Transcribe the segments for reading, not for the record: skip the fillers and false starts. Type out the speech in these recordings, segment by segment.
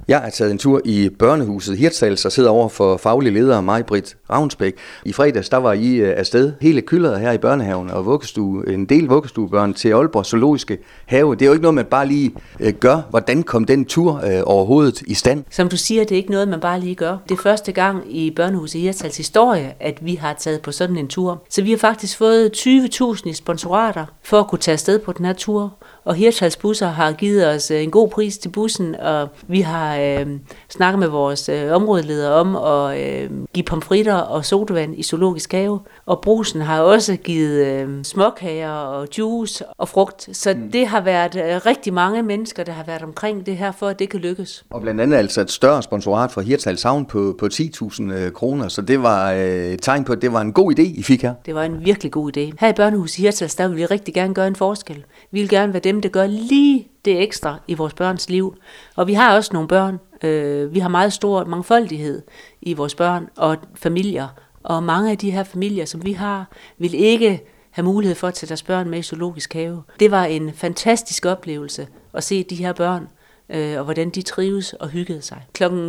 Jeg er taget en tur i børnehuset Hirtshals og sidder over for faglig leder Maj-Britt Ravnsbæk. I fredags der var I afsted hele kylleret her i børnehaven og en del vuggestuebørn til Aalborg Zoologiske Have. Det er jo ikke noget, man bare lige gør. Hvordan kom den tur overhovedet i stand? Som du siger, det er ikke noget, man bare lige gør. Det er første gang i børnehuset Hirtshals historie, at vi har taget på sådan en tur. Så vi har faktisk fået 20.000 i sponsorater for at kunne tage afsted på den her tur. Og Hirtshals Busser har givet os en god pris til bussen, og vi har snakket med vores områdeleder om at give pomfritter og sodavand i Zoologisk Have. Og Brugsen har også givet småkager og juice og frugt. Så det har været rigtig mange mennesker, der har været omkring det her, for at det kan lykkes. Og blandt andet altså et større sponsorat fra Hirtshals Havn på 10.000 kroner. Så det var et tegn på, at det var en god idé, I fik her. Det var en virkelig god idé. Her i børnehuset Hirtshals, der vil vi rigtig gerne gøre en forskel. Vi vil gerne være dem, der gør lige det ekstra i vores børns liv. Og vi har også nogle børn. Vi har meget stor mangfoldighed i vores børn og familier. Og mange af de her familier, som vi har, vil ikke have mulighed for at tage deres børn med i Zoologisk Have. Det var en fantastisk oplevelse at se de her børn, og hvordan de trives og hyggede sig.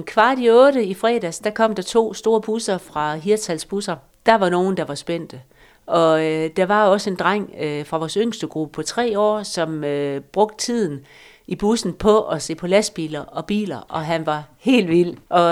7:15 i fredags, der kom der 2 store busser fra Hirtshals Busser. Der var nogen, der var spændte. Og der var også en dreng fra vores yngste gruppe på 3 år, som brugte tiden i bussen på at se på lastbiler og biler, og han var helt vild. Og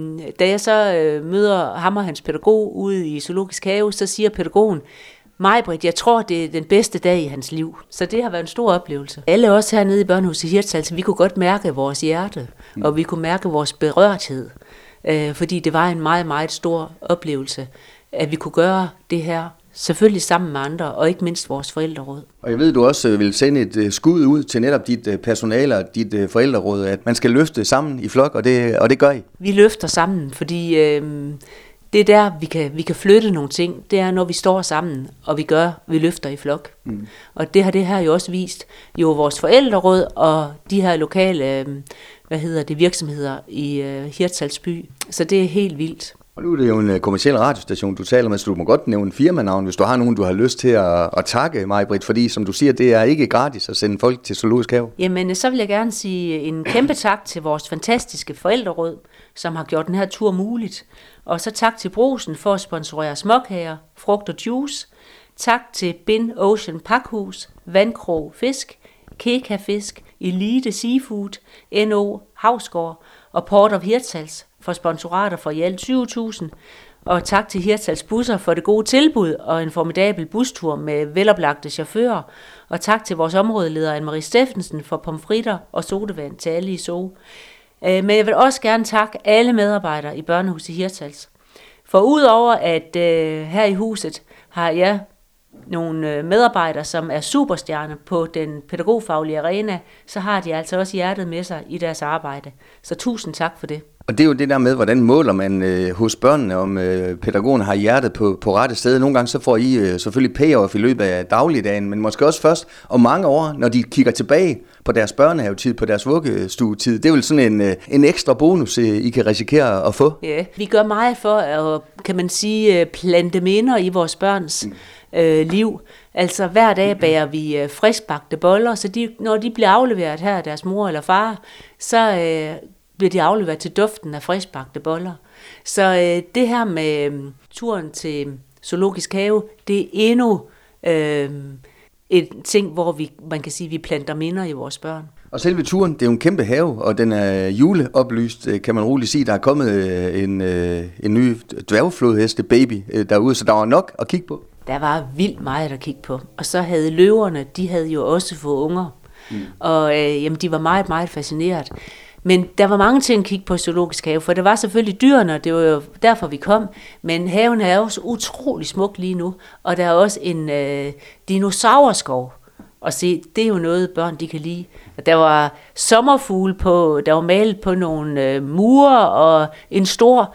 da jeg så møder ham og hans pædagog ude i Zoologisk Have, så siger pædagogen: Maj-Britt, jeg tror, det er den bedste dag i hans liv. Så det har været en stor oplevelse. Alle os hernede i børnehuset Hirtshals, vi kunne godt mærke vores hjerte, og vi kunne mærke vores berørthed, fordi det var en meget, meget stor oplevelse, at vi kunne gøre det her, selvfølgelig sammen med andre, og ikke mindst vores forældreråd. Og jeg ved, du også vil sende et skud ud til netop dit personale og dit forældreråd, at man skal løfte sammen i flok, og det gør I. Vi løfter sammen, fordi det er der, vi kan flytte nogle ting. Det er, når vi står sammen, og vi løfter i flok. Og det har det her jo også vist. Jo, vores forældreråd og de her lokale virksomheder i Hirtshals by. Så det er helt vildt. Og nu er det jo en kommerciel radiostation, du taler med, så du må godt nævne firmanavn, hvis du har nogen, du har lyst til at takke, Maj-Britt, fordi som du siger, det er ikke gratis at sende folk til Zoologisk Have. Jamen, så vil jeg gerne sige en kæmpe tak til vores fantastiske forældreråd, som har gjort den her tur muligt. Og så tak til Brugsen for at sponsorere småkager, frugt og juice. Tak til Bin Ocean Pakhus, Vandkrog Fisk, Keka Fisk, Elite Seafood, N.O. Havsgård og Port of Hirtshals for sponsorater for i alt 20.000. Og tak til Hirtshals Busser for det gode tilbud og en formidabel bustur med veloplagte chauffører. Og tak til vores områdeleder Anne-Marie Steffensen for pomfritter og sodavand til alle i Zoo. Men jeg vil også gerne takke alle medarbejdere i børnehuset Hirtshals. For udover at her i huset har jeg nogle medarbejdere, som er superstjerner på den pædagogfaglige arena, så har de altså også hjertet med sig i deres arbejde. Så tusind tak for det. Og det er jo det der med, hvordan måler man hos børnene, om pædagogen har hjertet på rette sted. Nogle gange så får I selvfølgelig payoff i løbet af dagligdagen, men måske også først om mange år, når de kigger tilbage på deres børnehavetid, på deres vuggestuetid. Det er vel sådan en ekstra bonus, I kan risikere at få. Ja, vi gør meget for at, kan man sige, plante minder i vores børns liv. Altså hver dag bager vi friskbagte boller, så når de bliver afleveret her af deres mor eller far, så bliver de afleveret til duften af friskbagte boller. Så det her med turen til Zoologisk Have, det er endnu et ting, hvor man kan sige, vi planter minder i vores børn. Og selve turen, det er jo en kæmpe have, og den er juleoplyst, kan man roligt sige. Der er kommet en ny dværgflodheste baby derude, så der var nok at kigge på. Der var vildt meget at kigge på. Og så havde løverne, de havde jo også fået unger. Og de var meget, meget fascineret. Men der var mange ting at kigge på i Zoologisk Have, for der var selvfølgelig dyrene, og det var jo derfor, vi kom. Men haven er også utrolig smuk lige nu, og der er også en dinosaurskov. Og se, det er jo noget, børn de kan lide. Der var sommerfugle på, der var malet på nogle mure, og en stor,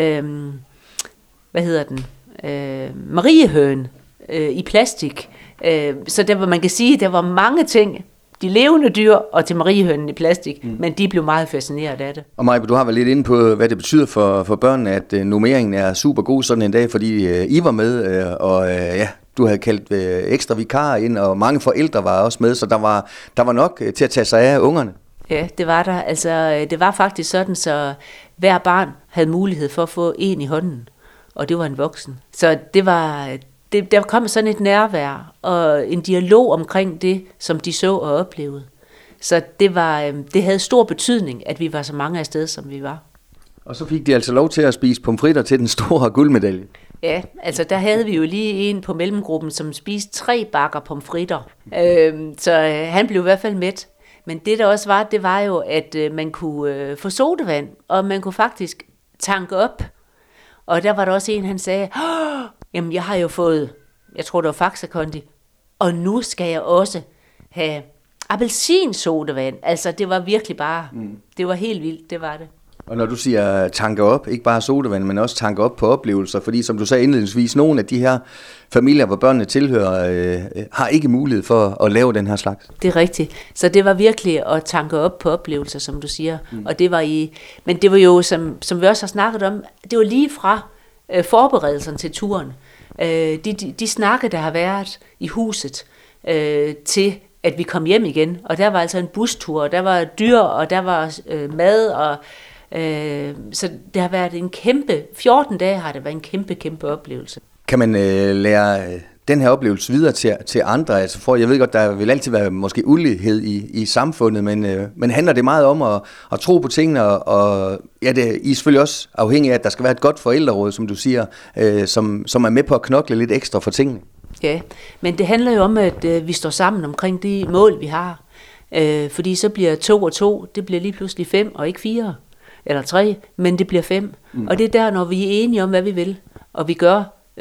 mariehøn i plastik. Så der, man kan sige, der var mange ting, de levende dyr og til mariehønen i plastik, men de blev meget fascineret af det. Og Maja, du har været lidt inde på, hvad det betyder for børnene, at nummeringen er super god sådan en dag, fordi I var med, og du havde kaldt ekstra vikarer ind, og mange forældre var også med, så der var nok til at tage sig af ungerne. Ja, det var der. Altså, det var faktisk sådan, så hver barn havde mulighed for at få en i hånden, og det var en voksen. Så der kom sådan et nærvær og en dialog omkring det, som de så og oplevede. Så det havde stor betydning, at vi var så mange af sted, som vi var. Og så fik de altså lov til at spise pomfritter til den store guldmedalje. Ja, altså der havde vi jo lige en på mellemgruppen, som spiste 3 bakker pomfritter. Så han blev i hvert fald mæt. Men det der også var, det var jo, at man kunne få sodavand, og man kunne faktisk tanke op. Og der var der også en, han sagde, jamen jeg har jo fået, jeg tror det var Faxe Kondi, og nu skal jeg også have appelsinsodavand. Altså det var virkelig bare, det var helt vildt, det var det. Og når du siger tanke op, ikke bare sodavand, men også tanke op på oplevelser, fordi som du sagde indledningsvis, nogle af de her familier, hvor børnene tilhører, har ikke mulighed for at lave den her slags. Det er rigtigt. Så det var virkelig at tanke op på oplevelser, som du siger. Og det var men det var jo, som vi også har snakket om, det var lige fra forberedelserne til turen. De snakke, der har været i huset, til at vi kom hjem igen. Og der var altså en bustur, og der var dyr, og der var mad, og så det har været en 14 dage har det været en kæmpe oplevelse. Kan man lære den her oplevelse videre til andre? Altså for jeg ved godt, der vil altid være måske ulighed i samfundet, men handler det meget om at tro på tingene, og ja, I er selvfølgelig også afhængig af, at der skal være et godt forældreråd, som du siger, som er med på at knokle lidt ekstra for tingene. Ja, men det handler jo om, at vi står sammen omkring de mål, vi har. Fordi så bliver 2 og 2, det bliver lige pludselig 5 og ikke 4 eller 3, men det bliver 5. Og det er der, når vi er enige om, hvad vi vil, og vi gør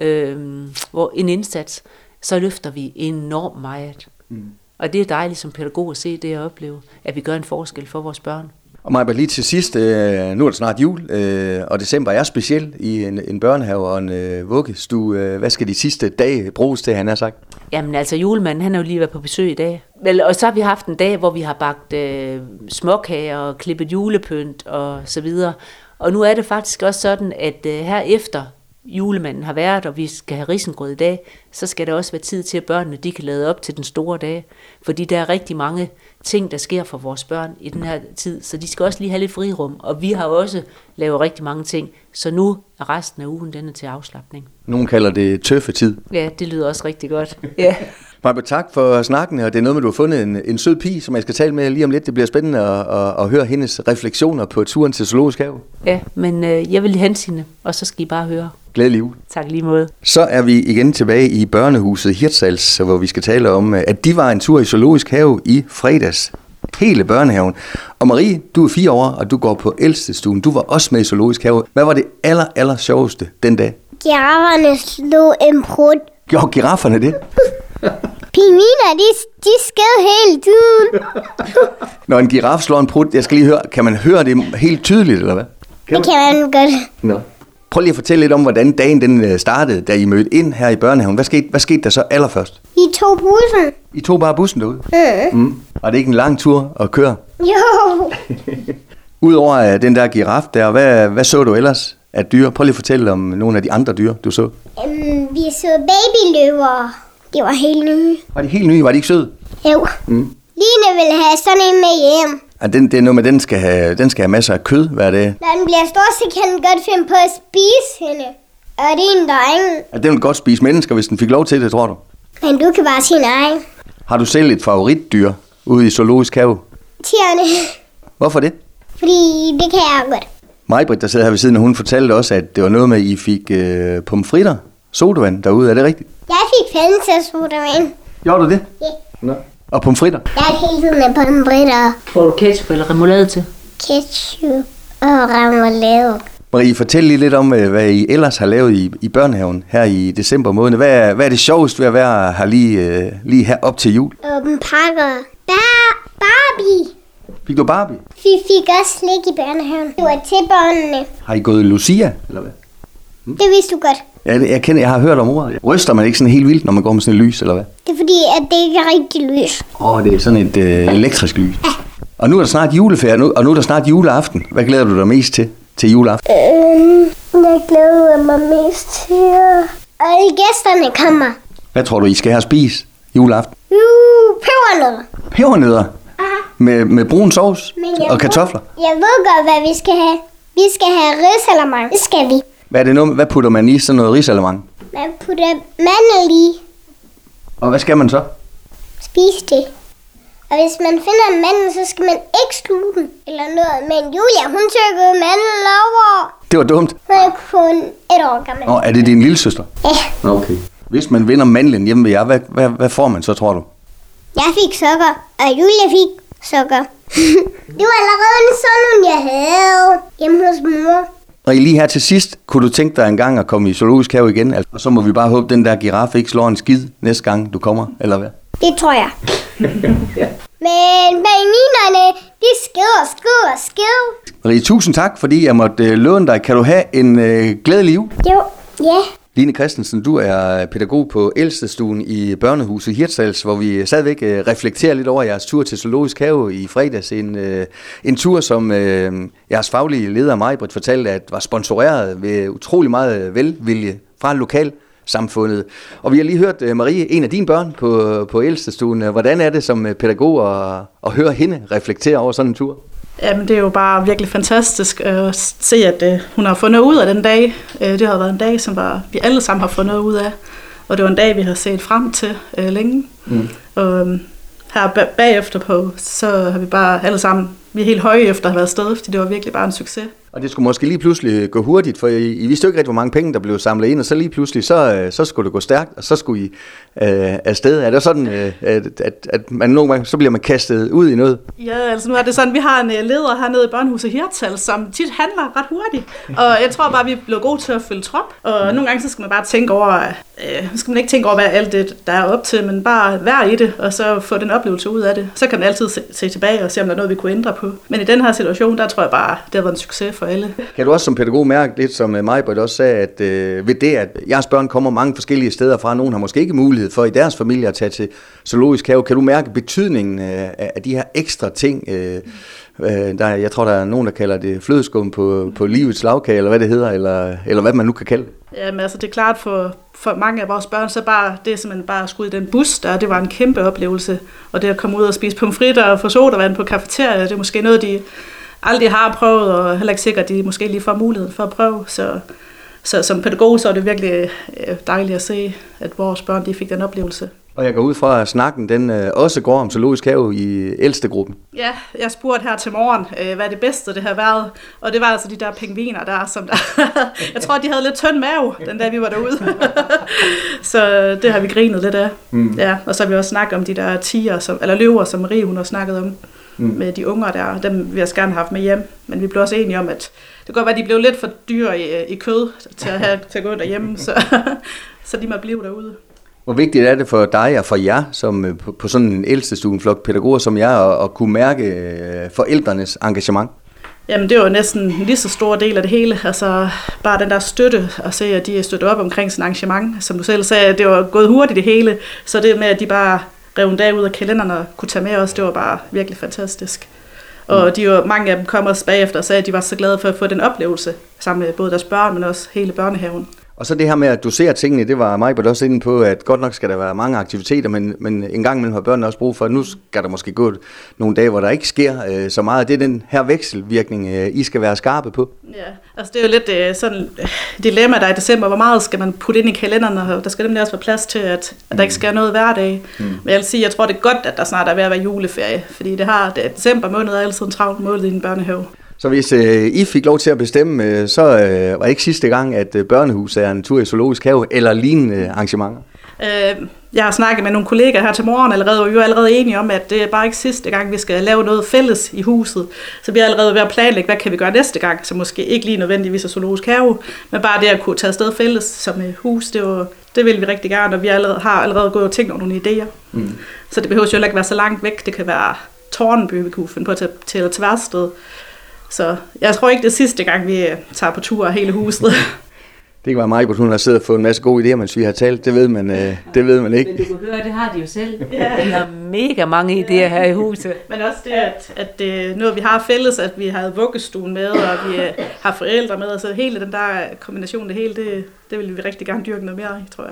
en indsats, så løfter vi enormt meget. Og det er dejligt som pædagog at se det og opleve, at vi gør en forskel for vores børn. Og Maja, lige til sidst, nu er det snart jul, og december er speciel i en børnehave og en vuggestue. Hvad skal de sidste dage bruges til, han har sagt? Jamen altså, julemanden, han har jo lige været på besøg i dag. Og så har vi haft en dag, hvor vi har bagt småkager og klippet julepynt og så videre. Og nu er det faktisk også sådan, at her efter julemanden har været, og vi skal have risengrød i dag, så skal der også være tid til, at børnene de kan lade op til den store dag. Fordi der er rigtig mange ting, der sker for vores børn i den her tid, så de skal også lige have lidt frirum. Og vi har også lavet rigtig mange ting, så nu er resten af ugen den er til afslapning. Nogen kalder det tøffe tid. Ja, det lyder også rigtig godt. Ja. Maja, tak for snakken, og det er noget med, du har fundet en sød pige, som jeg skal tale med lige om lidt. Det bliver spændende at høre hendes refleksioner på turen til Zoologisk Have. Ja, men jeg vil lige hente hende, og så skal I bare høre. Glædelig jul. Tak lige måde. Så er vi igen tilbage i børnehuset Hirtshals, hvor vi skal tale om, at de var en tur i Zoologisk Have i fredags. Hele børnehaven. Og Marie, du er 4 år, og du går på ældstestuen. Du var også med i Zoologisk Have. Hvad var det aller sjoveste den dag? Girafferne slog en prut. Gjorde girafferne det? Pingviner, de sked hele tiden. Når en giraf slår en prut, jeg skal lige høre, kan man høre det helt tydeligt, eller hvad? Det kan man godt. Nå. Prøv lige at fortælle lidt om, hvordan dagen den startede, da I mødte ind her i børnehaven. Hvad skete der så allerførst? I tog bussen. I tog bare bussen derude? Var det ikke en lang tur at køre? Jo. Udover den der giraf der, hvad så du ellers af dyr? Prøv lige at fortælle om nogle af de andre dyr, du så. Vi så babyløver. De var helt nye. Var de helt nye? Var de ikke søde? Jo. Line vil have sådan en med hjem. Ja, det er noget med, den skal have masser af kød hver dag. Når den bliver stor, så kan den godt finde på at spise hende. Og det er en dreng. Ja, den vil godt spise mennesker, hvis den fik lov til det, tror du? Men du kan bare sige nej. Har du selv et favoritdyr ude i Zoologisk Have? Tierne. Hvorfor det? Fordi det kan jeg godt. Maj-Britt, der sidder her ved siden, og hun fortalte også, at det var noget med, at I fik pomfritter, sodavand derude. Er det rigtigt? Jeg fik fællesodavand. Gjorde du det? Ja. Nå. Og pomfritter? Jeg er hele tiden med pomfritter. Får du ketchup eller remoulade til? Ketchup og remoulade. Marie, fortæl lige lidt om, hvad I ellers har lavet i børnehaven her i december måned. Hvad er det sjoveste ved at være her lige her op til jul? Åben pakker. Barbie. Fik du Barbie? Vi fik også slik i børnehaven. Det var til børnene. Har I gået Lucia, eller hvad? Det vidste du godt. Ja, jeg har hørt om ordet. Ryster man ikke sådan helt vildt, når man går med sådan et lys, eller hvad? Det er fordi, at det ikke er rigtig lys. Det er sådan et elektrisk lys. Ja. Og nu er der snart juleferie, og nu er der snart juleaften. Hvad glæder du dig mest til juleaften? Jeg glæder mig mest til, at gæsterne kommer. Hvad tror du, I skal have at spise juleaften? Pebernødder. Pebernødder? Med brun sovs og kartofler? Jeg ved godt, hvad vi skal have. Vi skal have risalamande. Det skal vi. Hvad putter man i sådan noget risalamande? Man putter mandel i. Og hvad skal man så? Spise det. Og hvis man finder en mandel, så skal man ikke sluge den. Eller noget. Men Julia, hun tykkede mandel over. Det var dumt. Hun er kun 1 år gammel. Er det din lille søster? Ja. Okay. Hvis man vinder mandlen hjemme ved jer, hvad får man så, tror du? Jeg fik sukker, og Julia fik sukker. Det var allerede en sådan, jeg havde hjemme hos mor. Og lige her til sidst, kunne du tænke dig en gang at komme i zoologisk have igen? Og så må vi bare håbe, den der giraffe ikke slår en skid næste gang, du kommer, eller hvad? Det tror jeg. Men baninerne, de skider. Marie, tusind tak, fordi jeg måtte låne dig. Kan du have en glædelig jul? Jo, ja. Line Christensen, du er pædagog på ældstestuen i børnehuset Hirtshals, hvor vi stadigvæk reflekterer lidt over jeres tur til zoologisk have i fredags. En tur, som jeres faglige leder Maj-Britt fortalte, at var sponsoreret ved utrolig meget velvilje fra lokalsamfundet. Og vi har lige hørt Marie, en af dine børn på ældstestuen. Hvordan er det som pædagog at høre hende reflektere over sådan en tur? Jamen, det er jo bare virkelig fantastisk at se, at hun har fundet ud af den dag. Det har været en dag, som vi alle sammen har fundet ud af. Og det var en dag, vi har set frem til længe. Og her bagefter på, så har vi bare alle sammen, vi er helt høje efter at have været afsted, fordi det var virkelig bare en succes. Og det skulle måske lige pludselig gå hurtigt, for I vidste jo ikke rigtig, hvor mange penge, der blev samlet ind, og så lige pludselig, så skulle det gå stærkt, og så skulle I afsted. Er det sådan, at man nogle gange, så bliver man kastet ud i noget? Ja, altså nu er det sådan, vi har en leder hernede i børnehuset Hirtshals, som tit handler ret hurtigt, og jeg tror bare, vi er blevet gode til at følge trop, og nogle gange så skal man bare tænke over, skal man ikke tænke over, hvad alt det, der er op til, men bare være i det, og så få den oplevelse ud af det. Så kan man altid se tilbage og se, om der er noget, vi kunne ændre på. Men i den her situation, der tror jeg bare, det har været en succes for alle. Kan du også som pædagog mærke lidt, som Maj-Britt også sagde, at ved det, at jeres børn kommer mange forskellige steder fra, nogen har måske ikke mulighed for i deres familie at tage til zoologisk have, kan du mærke betydningen af de her ekstra ting? Jeg tror, der er nogen, der kalder det flødeskum på livets lavkage, eller hvad det hedder, eller hvad man nu kan kalde det. Jamen altså, det er klart for mange af vores børn, så bare det er simpelthen bare at skulle i den bus, det var en kæmpe oplevelse. Og det at komme ud og spise pomfritter og få sodavand på cafeteria, det er måske noget, de aldrig har prøvet, og heller ikke sikkert, at de måske lige får muligheden for at prøve. Så som pædagog, så er det virkelig dejligt at se, at vores børn de fik den oplevelse. Og jeg går ud fra, at snakken den også går om zoologisk have i ældstegruppen. Ja, jeg spurgte her til morgen, hvad det bedste det har været. Og det var altså de der pingviner der, som der jeg tror, de havde lidt tynd mave, den dag vi var derude. Så det har vi grinet lidt af. Ja, og så har vi også snakket om de der tiger, eller løver, som Marie hun har snakket om. Med de unger der, dem vi også gerne have haft med hjem. Men vi blev også enige om, at det kan godt være, at de blev lidt for dyre i kød til at gå derhjemme, så de må blive derude. Hvor vigtigt er det for dig og for jer, som på sådan en ældstestuenflok pædagoger som jer, at kunne mærke forældrenes engagement? Jamen det var næsten en lige så stor del af det hele. Altså bare den der støtte, og se at de støtter op omkring sin arrangement. Som du selv sagde, det var gået hurtigt det hele. Så det med, at de bare rev en dag ud af kalenderen og kunne tage med os, det var bare virkelig fantastisk. Og mange af dem kom også bagefter og sagde, at de var så glade for at få den oplevelse sammen med både deres børn, men også hele børnehaven. Og så det her med at dosere tingene, det var Maj-Britt også inde på, at godt nok skal der være mange aktiviteter, men en gang imellem har børnene også brug for, at nu skal der måske gå nogle dage, hvor der ikke sker så meget. Det er den her vekselvirkning, I skal være skarpe på. Ja, altså det er jo lidt sådan dilemma, der i december, hvor meget skal man putte ind i kalenderen, og der skal nemlig også være plads til, at der ikke sker noget hver dag. Men jeg vil sige, jeg tror det er godt, at der snart er ved at være juleferie, fordi december måned er altid en travl måned i en børnehave. Så hvis I fik lov til at bestemme, så var det ikke sidste gang, at børnehuset er en tur i zoologisk have eller lignende arrangementer? Jeg har snakket med nogle kollegaer her til morgen allerede, og vi er allerede enige om, at det er bare ikke sidste gang, vi skal lave noget fælles i huset. Så vi er allerede ved at planlægge, hvad kan vi gøre næste gang, så måske ikke lige nødvendigvis af zoologisk have, men bare det at kunne tage afsted fælles som hus, det vil vi rigtig gerne, og vi har allerede gået og tænkt over nogle idéer. Så det behøver jo ikke være så langt væk, det kan være Tårnby, vi kunne finde på at tage til Værsted. Så jeg tror ikke, det er sidste gang, vi tager på tur af hele huset. Det kan være mig, at hun har siddet og fået en masse gode idéer, mens vi har talt. Det ved man ikke. Men du kan høre, det har de jo selv. Ja. De har mega mange idéer her i huset. Men også det, at det noget, vi har fælles, at vi har vuggestuen med, og vi har forældre med. Altså hele den der kombination, det hele, det vil vi rigtig gerne dyrke noget mere i, tror jeg.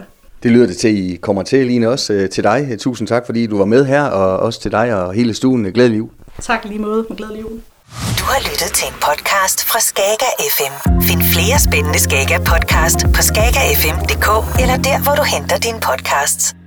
Det lyder det til, I kommer til, Line, også til dig. Tusind tak, fordi du var med her, og også til dig og hele stuen. Glædelig jul. Tak lige måde, og glædelig jul. Du har lyttet til en podcast fra Skager FM. Find flere spændende Skager podcast på skagerfm.dk eller der, hvor du henter dine podcasts.